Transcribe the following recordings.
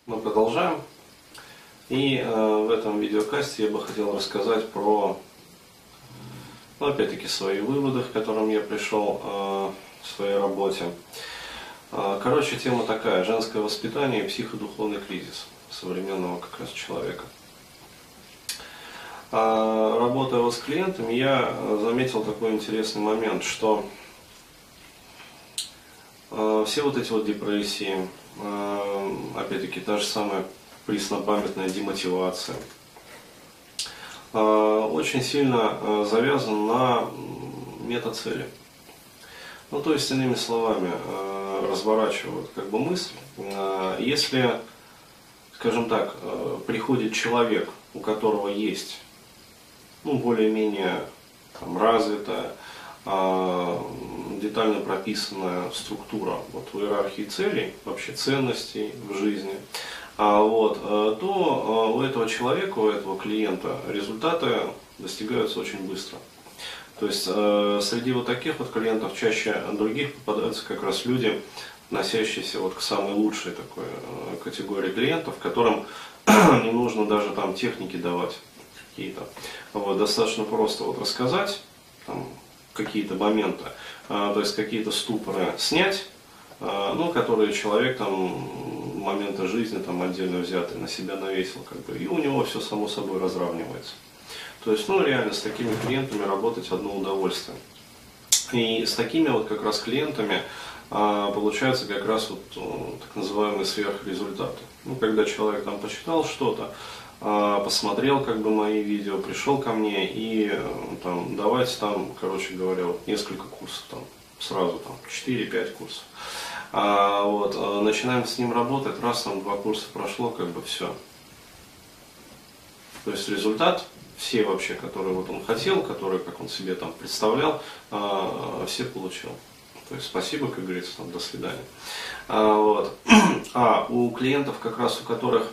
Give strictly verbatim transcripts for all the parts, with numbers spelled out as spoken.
Мы продолжаем. И э, в этом видеокасте я бы хотел рассказать про, ну, опять-таки, свои выводы, к которым я пришел э, в своей работе. Э, короче, тема такая: женское воспитание и психодуховный кризис современного как раз человека. Э, работая с клиентами, я заметил такой интересный момент, что э, все вот эти вот депрессии, опять-таки, та же самая преснопамятная демотивация, очень сильно завязан на метацели. Ну, то есть, иными словами, разворачивают как бы мысль. Если, скажем так, приходит человек, у которого есть, ну, более-менее там развитая, детально прописанная структура вот, в иерархии целей, вообще ценностей в жизни, вот, то у этого человека, у этого клиента результаты достигаются очень быстро. То есть среди вот таких вот клиентов чаще других попадаются как раз люди, относящиеся вот к самой лучшей такой категории клиентов, которым не нужно даже там техники давать какие-то. Вот, достаточно просто вот рассказать там какие-то моменты, то есть какие-то ступоры снять, ну, которые человек там моменты жизни там отдельно взятые на себя навесил, как бы, и у него все само собой разравнивается. То есть, ну, реально с такими клиентами работать одно удовольствие. И с такими вот как раз клиентами получается как раз вот так называемые сверхрезультаты. Ну, когда человек там почитал что-то, посмотрел как бы мои видео, пришел ко мне и там, давайте там, короче говоря, вот несколько курсов, там, сразу там четыре-пять курсов. А, вот, начинаем с ним работать, раз там два курса прошло, как бы все. То есть результат, все вообще, которые вот он хотел, которые, как он себе там представлял, а, все получил. То есть спасибо, как говорится, там, до свидания. А, вот. А у клиентов, как раз у которых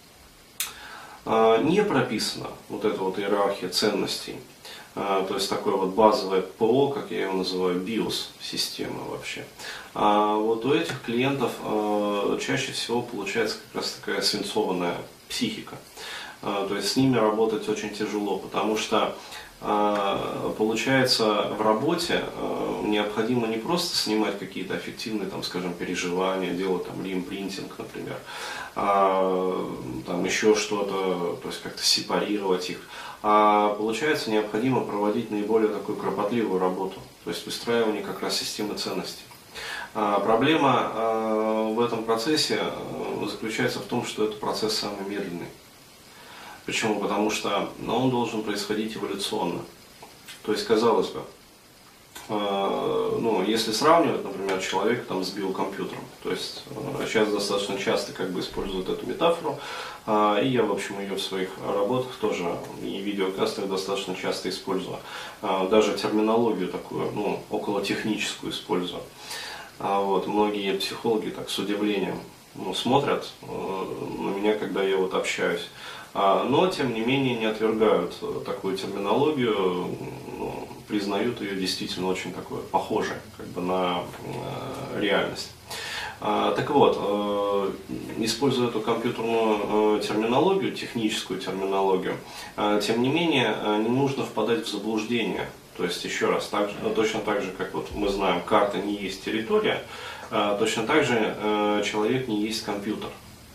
не прописана вот эта вот иерархия ценностей, то есть такое вот базовое ПО, как я его называю, биос-система вообще. Вот у этих клиентов чаще всего получается как раз такая свинцованная психика. То есть с ними работать очень тяжело, потому что получается в работе необходимо не просто снимать какие-то аффективные, там, скажем, переживания, делать там реимпринтинг, например, а, там еще что-то, то есть как-то сепарировать их, а получается необходимо проводить наиболее такую кропотливую работу, то есть выстраивание как раз системы ценностей. А, проблема а, в этом процессе заключается в том, что это процесс самый медленный. Почему? Потому что ну, он должен происходить эволюционно. То есть, казалось бы, э, ну, если сравнивать, например, человека там, с биокомпьютером, то есть э, сейчас достаточно часто как бы используют эту метафору, э, и я, в общем, ее в своих работах тоже и видеокастах достаточно часто использую. Э, даже терминологию такую, ну, околотехническую использую. А вот, многие психологи так с удивлением ну, смотрят э, на меня, когда я вот общаюсь. Но, тем не менее, не отвергают такую терминологию, ну, признают ее действительно очень такой похожей как бы, на э, реальность. А, так вот, э, используя эту компьютерную э, терминологию, техническую терминологию, э, тем не менее, э, не нужно впадать в заблуждение. То есть, еще раз, так, ну, точно так же, как вот мы знаем, карта не есть территория, э, точно так же э, человек не есть компьютер.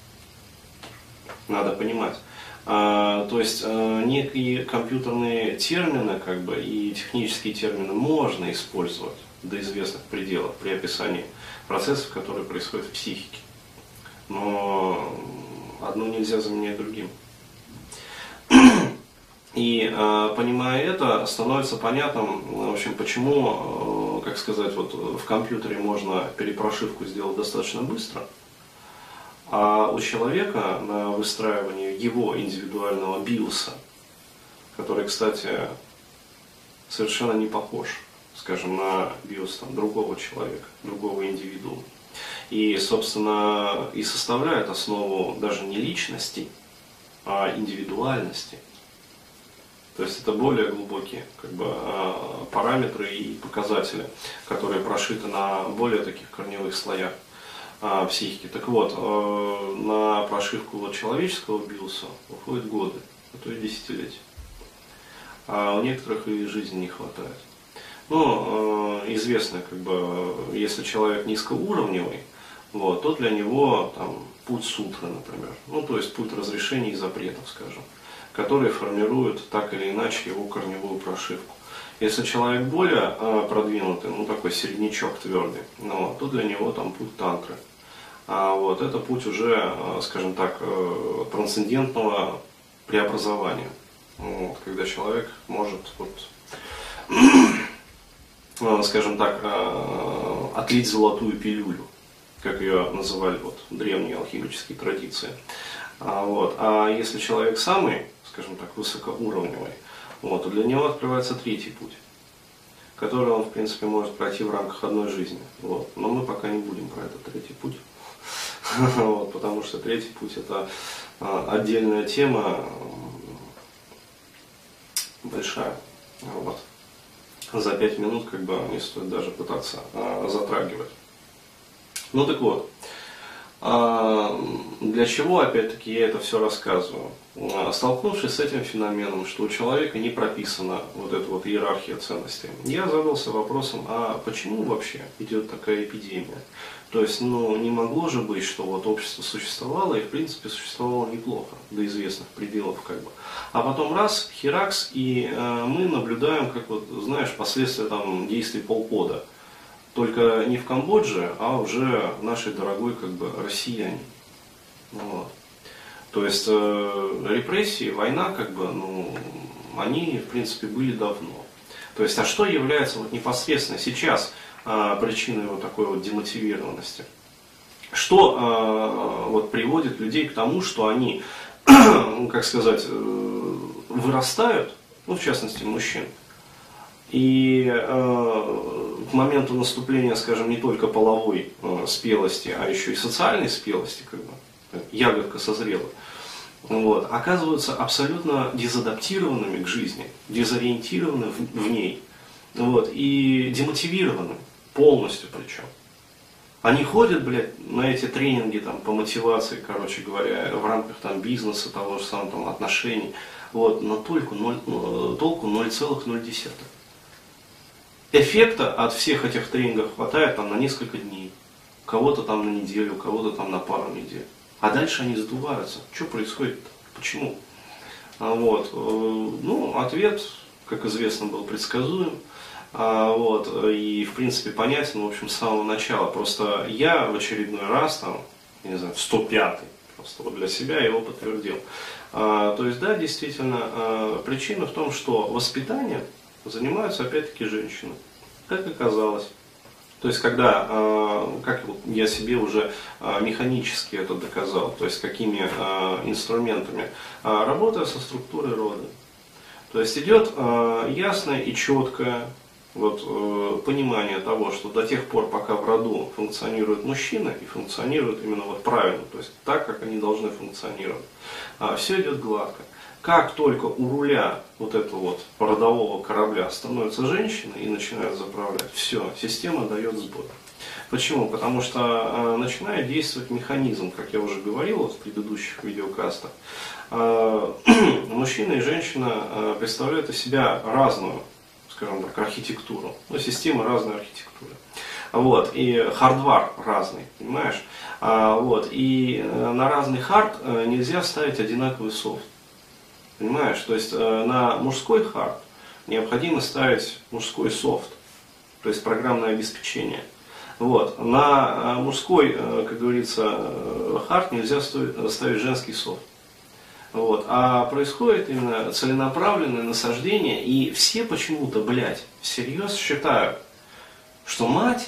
Надо понимать. А, то есть а, некие компьютерные термины как бы, и технические термины можно использовать до известных пределов при описании процессов, которые происходят в психике. Но одно нельзя заменять другим. И а, понимая это, становится понятным, в общем, почему, как сказать, вот в компьютере можно перепрошивку сделать достаточно быстро. А у человека на выстраивание его индивидуального биоса, который, кстати, совершенно не похож, скажем, на биос там, другого человека, другого индивидуума, и, собственно, и составляет основу даже не личности, а индивидуальности. То есть это более глубокие как бы, параметры и показатели, которые прошиты на более таких корневых слоях. а, психики. Так вот, э, на прошивку вот человеческого биоса уходят годы, а то и десятилетия. А у некоторых и жизни не хватает. Ну, э, известно, как бы, если человек низкоуровневый, вот, то для него там, путь сутры, например, ну, то есть путь разрешений и запретов, скажем, которые формируют так или иначе его корневую прошивку. Если человек более э, продвинутый, ну, такой середнячок твердый, ну, то для него там путь тантры. А вот это путь уже, э, скажем так, э, трансцендентного преобразования, вот, когда человек может вот, скажем так, отлить золотую пилюлю, как ее называли вот, древние алхимические традиции. А, вот. а если человек самый, скажем так, высокоуровневый, вот, то для него открывается третий путь, который он, в принципе, может пройти в рамках одной жизни. Вот. Но мы пока не будем про этот третий путь, вот, потому что третий путь это отдельная тема, большая. Вот. За пять минут как бы не стоит даже пытаться а, затрагивать. Ну так вот, а, для чего опять-таки я это все рассказываю? А, столкнувшись с этим феноменом, что у человека не прописана вот эта вот иерархия ценностей, я задался вопросом, а почему вообще идет такая эпидемия? То есть, ну, не могло же быть, что вот общество существовало и, в принципе, существовало неплохо, до известных пределов, как бы. А потом раз, херакс, и э, мы наблюдаем, как вот, знаешь, последствия там действий Пол Пота. Только не в Камбодже, а уже в нашей дорогой, как бы, россияне. Вот. То есть, э, репрессии, война, как бы, ну, они, в принципе, были давно. То есть, а что является вот непосредственно сейчас причиной вот такой вот демотивированности? Что э, вот приводит людей к тому, что они, как сказать, вырастают, ну в частности мужчин, и э, к моменту наступления, скажем, не только половой э, спелости, а еще и социальной спелости, как бы, ягодка созрела, вот, оказываются абсолютно дезадаптированными к жизни, дезориентированы в, в ней, вот, и демотивированы. Полностью причем. Они ходят, блядь, на эти тренинги там, по мотивации, короче говоря, в рамках там, бизнеса, того же самого там, отношений, вот, но только ноль, толку ноль целых ноль десятых. Эффекта от всех этих тренингов хватает там, на несколько дней. У кого-то там на неделю, у кого-то там на пару недель. А дальше они сдуваются. Что происходит-то? Почему? А вот, ну, ответ, как известно, был предсказуем. А, вот, и в принципе понятен, в общем, с самого начала. Просто я в очередной раз, там, я не знаю, в сто пятый, просто вот для себя его подтвердил. А, то есть, да, действительно, а, причина в том, что воспитанием занимаются опять-таки женщины, как оказалось. То есть, когда, а, как вот я себе уже а, механически это доказал, то есть, какими а, инструментами, а, работая со структурой рода. То есть, идет а, ясное и четкое вот, э, понимание того, что до тех пор, пока в роду функционирует мужчина, и функционирует именно вот правильно, то есть так, как они должны функционировать, а, все идет гладко. Как только у руля вот этого вот родового корабля становится женщина и начинает заправлять, все, система дает сбой. Почему? Потому что э, начинает действовать механизм, как я уже говорил вот в предыдущих видеокастах. Э, мужчина и женщина э, представляют из себя разную, скажем так, архитектуру. Ну, системы разной архитектуры. Вот, и хардвар разный, понимаешь? А, вот, и на разный хард нельзя ставить одинаковый софт. Понимаешь? То есть на мужской хард необходимо ставить мужской софт, то есть программное обеспечение. Вот. На мужской, как говорится, хард нельзя ставить женский софт. Вот. А происходит именно целенаправленное насаждение, и все почему-то, блядь, всерьез считают, что мать,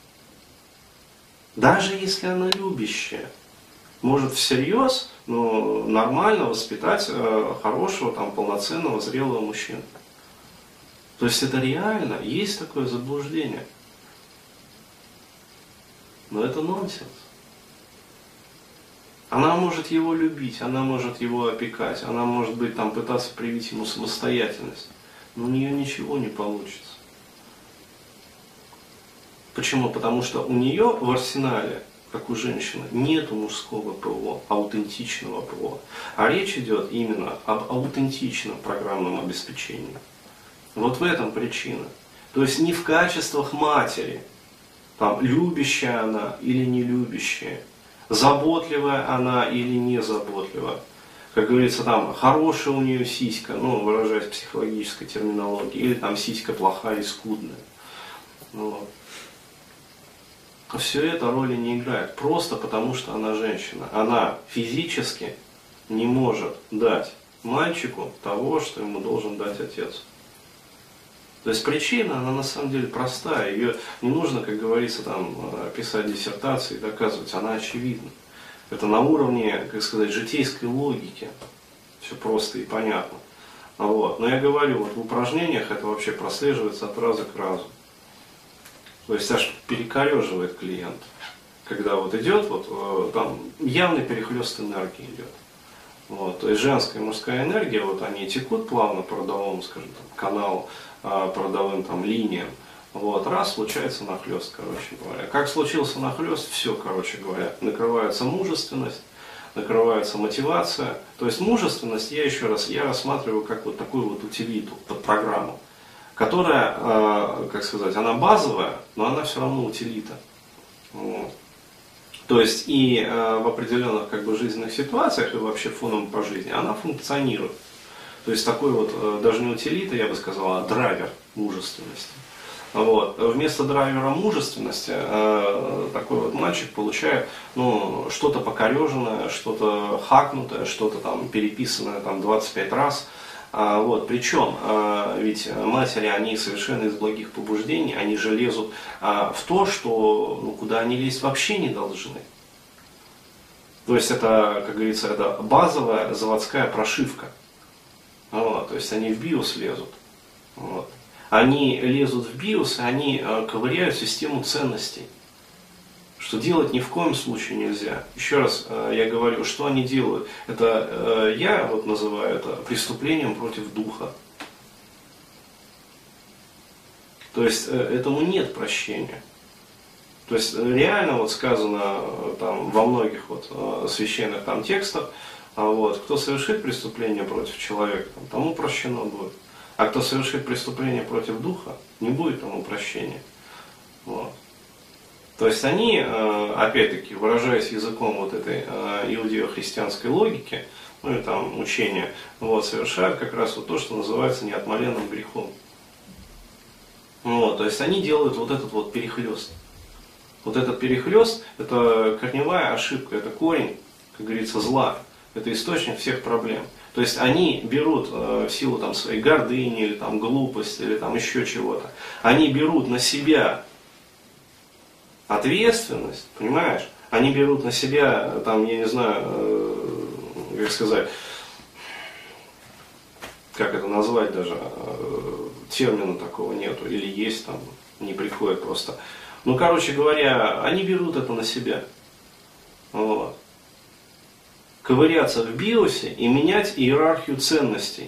даже если она любящая, может всерьез, ну, нормально воспитать э, хорошего, там, полноценного, зрелого мужчину. То есть это реально, есть такое заблуждение. Но это нонсенс. Она может его любить, она может его опекать, она может быть там пытаться привить ему самостоятельность, но у нее ничего не получится. Почему? Потому что у нее в арсенале как у женщины, нету мужского ПО, аутентичного ПО. А речь идет именно об аутентичном программном обеспечении. Вот в этом причина. То есть не в качествах матери, там, любящая она или не любящая, заботливая она или не заботливая. Как говорится, там, хорошая у нее сиська, ну, выражаясь психологической терминологией, или там сиська плохая и скудная. Вот. Все это роли не играет, просто потому что она женщина. Она физически не может дать мальчику того, что ему должен дать отец. То есть причина, она на самом деле простая, ее не нужно, как говорится, там, писать диссертации и доказывать, она очевидна. Это на уровне, как сказать, житейской логики, все просто и понятно. Вот. Но я говорю, вот в упражнениях это вообще прослеживается от раза к разу. То есть аж перекореживает клиент, когда вот идет, вот там явный перехлест энергии идет. Вот, то есть женская и мужская энергия, вот они текут плавно по родовому, скажем, там, каналу, по родовым там линиям. Вот, раз случается нахлест, короче говоря. Как случился нахлест, все, короче говоря, накрывается мужественность, накрывается мотивация. То есть мужественность, я еще раз, я рассматриваю как вот такую вот утилиту под программу, которая, э, как сказать, она базовая, но она все равно утилита. Вот. То есть и э, в определенных как бы жизненных ситуациях и вообще фоном по жизни она функционирует. То есть такой вот, э, даже не утилита, я бы сказал, а драйвер мужественности. Вот. Вместо драйвера мужественности э, такой вот мальчик получает, ну, что-то покореженное, что-то хакнутое, что-то там переписанное там двадцать пять раз. А, вот. Причем, а, ведь матери, они совершенно из благих побуждений, они же лезут а, в то, что, ну, куда они лезть вообще не должны. То есть это, как говорится, это базовая заводская прошивка. Вот. То есть они в биос лезут. Вот. Они лезут в биос, и они а, ковыряют систему ценностей. Что делать ни в коем случае нельзя. Еще раз э, я говорю, что они делают. Это э, я вот называю это преступлением против духа. То есть э, этому нет прощения. То есть реально вот сказано э, там, во многих вот, э, священных там, текстах, э, вот, кто совершит преступление против человека, там, тому прощено будет. А кто совершит преступление против духа, не будет тому прощения. Вот. То есть они, опять-таки, выражаясь языком вот этой иудео-христианской логики, ну и там учения, вот, совершают как раз вот то, что называется неотмоленным грехом. Вот, то есть они делают вот этот вот перехлест. Вот этот перехлест – это корневая ошибка, это корень, как говорится, зла, это источник всех проблем. То есть они берут в силу там, своей гордыни, или там, глупости, или там, еще чего-то, они берут на себя ответственность, понимаешь? Они берут на себя, там, я не знаю, э, как сказать, как это назвать даже, э, термина такого нету, или есть там, не приходит просто. Ну, короче говоря, они берут это на себя. Вот. Ковыряться в биосе и менять иерархию ценностей.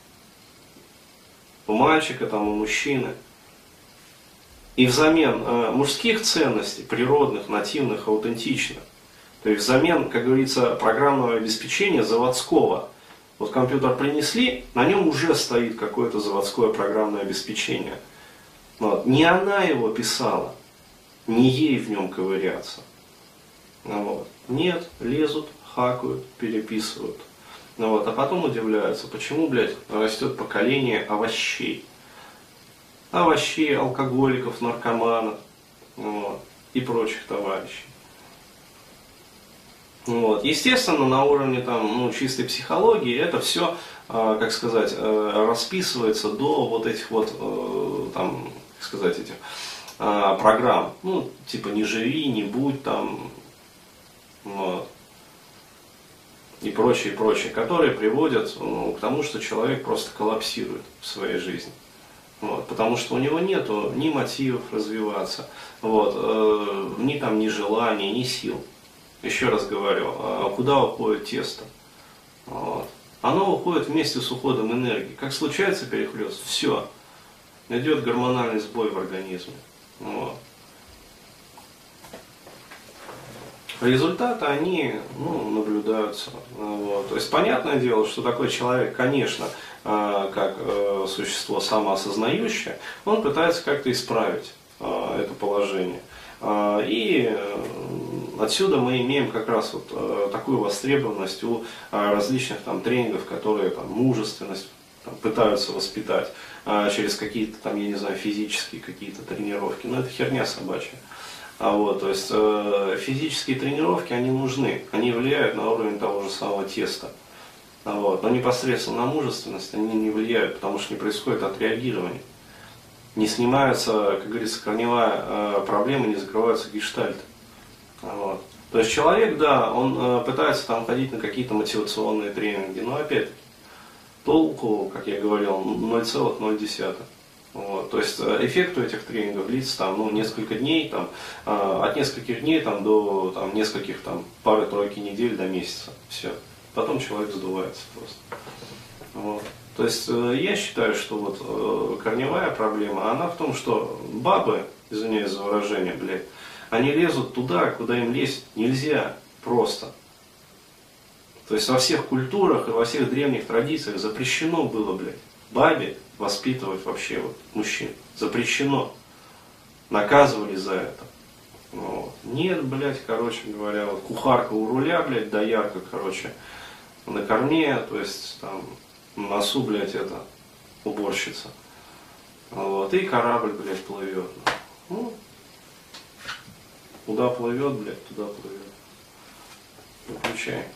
У мальчика, там, у мужчины. И взамен э, мужских ценностей, природных, нативных, аутентичных, то есть взамен, как говорится, программного обеспечения заводского. Вот компьютер принесли, на нем уже стоит какое-то заводское программное обеспечение. Вот. Не она его писала, не ей в нем ковыряться. Вот. Нет, лезут, хакают, переписывают. Вот. А потом удивляются, почему, блядь, растет поколение овощей. Овощей, алкоголиков, наркоманов, вот, и прочих товарищей. Вот. Естественно, на уровне там, ну, чистой психологии это все, э, как сказать, э, расписывается до вот этих вот, э, там, как сказать, этих э, программ. Ну, типа не живи, не будь там, вот, и прочее, и прочее, которые приводят, ну, к тому, что человек просто коллапсирует в своей жизни. Вот, потому что у него нету ни мотивов развиваться, вот, э, ни там ни желания, ни сил. Еще раз говорю, э, куда уходит тесто? Вот. Оно уходит вместе с уходом энергии. Как случается перехлест, все, идет гормональный сбой в организме. Вот. результаты, они ну, наблюдаются. Вот. То есть, понятное дело, что такой человек, конечно, как существо самоосознающее, он пытается как-то исправить это положение. И отсюда мы имеем как раз вот такую востребованность у различных там тренингов, которые там, мужественность там, пытаются воспитать через какие-то там, я не знаю, физические какие-то тренировки. Но это херня собачья. А вот, то есть физические тренировки, они нужны, они влияют на уровень того же самого теста. Вот. Но непосредственно на мужественность они не влияют, потому что не происходит отреагирования. Не снимается, как говорится, корневая э, проблема, не закрываются гештальты. Вот. То есть человек, да, он э, пытается там ходить на какие-то мотивационные тренинги, но опять толку, как я говорил, ноль целых ноль десятых. Вот. То есть эффект у этих тренингов длится там, ну, несколько дней, там, э, от нескольких дней там, до там, нескольких там, пары-тройки недель до месяца. Все. Потом человек сдувается просто. Вот. То есть э, я считаю, что вот э, корневая проблема, она в том, что бабы, извиняюсь за выражение, блядь, они лезут туда, куда им лезть нельзя просто. То есть во всех культурах и во всех древних традициях запрещено было, блядь, бабе воспитывать вообще вот мужчин. Запрещено. Наказывали за это. Вот. Нет, блядь, короче говоря, вот кухарка у руля, блядь, доярка, короче, на корме, то есть там на носу, блядь, это уборщица. Вот. И корабль, блядь, плывет. Ну, куда плывет, блядь, туда плывет. Выключай.